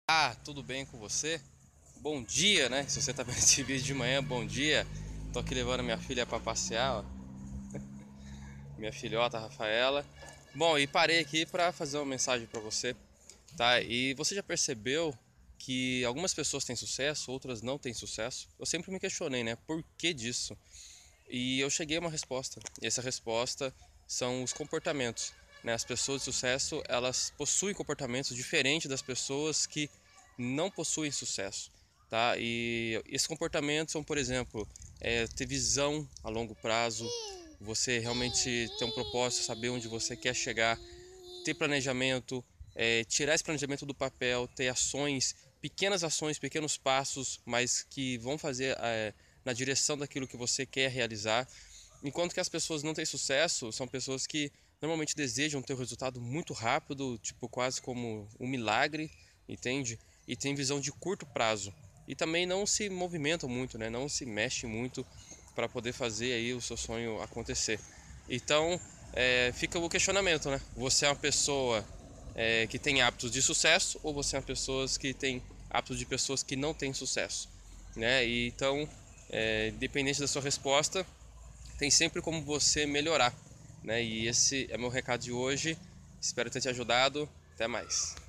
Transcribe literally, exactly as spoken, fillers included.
Ah, tudo bem com você? Bom dia, né? Se você tá vendo esse vídeo de manhã, bom dia. Tô aqui levando minha filha pra passear, ó. Minha filhota, Rafaela. Bom, e parei aqui pra fazer uma mensagem pra você, tá? E você já percebeu que algumas pessoas têm sucesso, outras não têm sucesso? Eu sempre me questionei, né? Por que disso? E eu cheguei a uma resposta. E essa resposta são os comportamentos, né? As pessoas de sucesso, elas possuem comportamentos diferentes das pessoas que não possuem sucesso, tá? E esses comportamentos são, por exemplo, é, ter visão a longo prazo, você realmente ter um propósito, saber onde você quer chegar, ter planejamento, é, tirar esse planejamento do papel, ter ações, pequenas ações, pequenos passos, mas que vão fazer é, na direção daquilo que você quer realizar. Enquanto que as pessoas não têm sucesso, são pessoas que normalmente desejam ter um resultado muito rápido, tipo quase como um milagre, entende? E tem visão de curto prazo. E também não se movimentam muito, né? Não se mexem muito para poder fazer aí o seu sonho acontecer. Então, é, fica o questionamento, né? Você é uma pessoa é, que tem hábitos de sucesso ou você é uma pessoa que tem hábitos de pessoas que não têm sucesso, né? E então, é, independente da sua resposta, tem sempre como você melhorar, né? E esse é meu recado de hoje. Espero ter te ajudado. Até mais.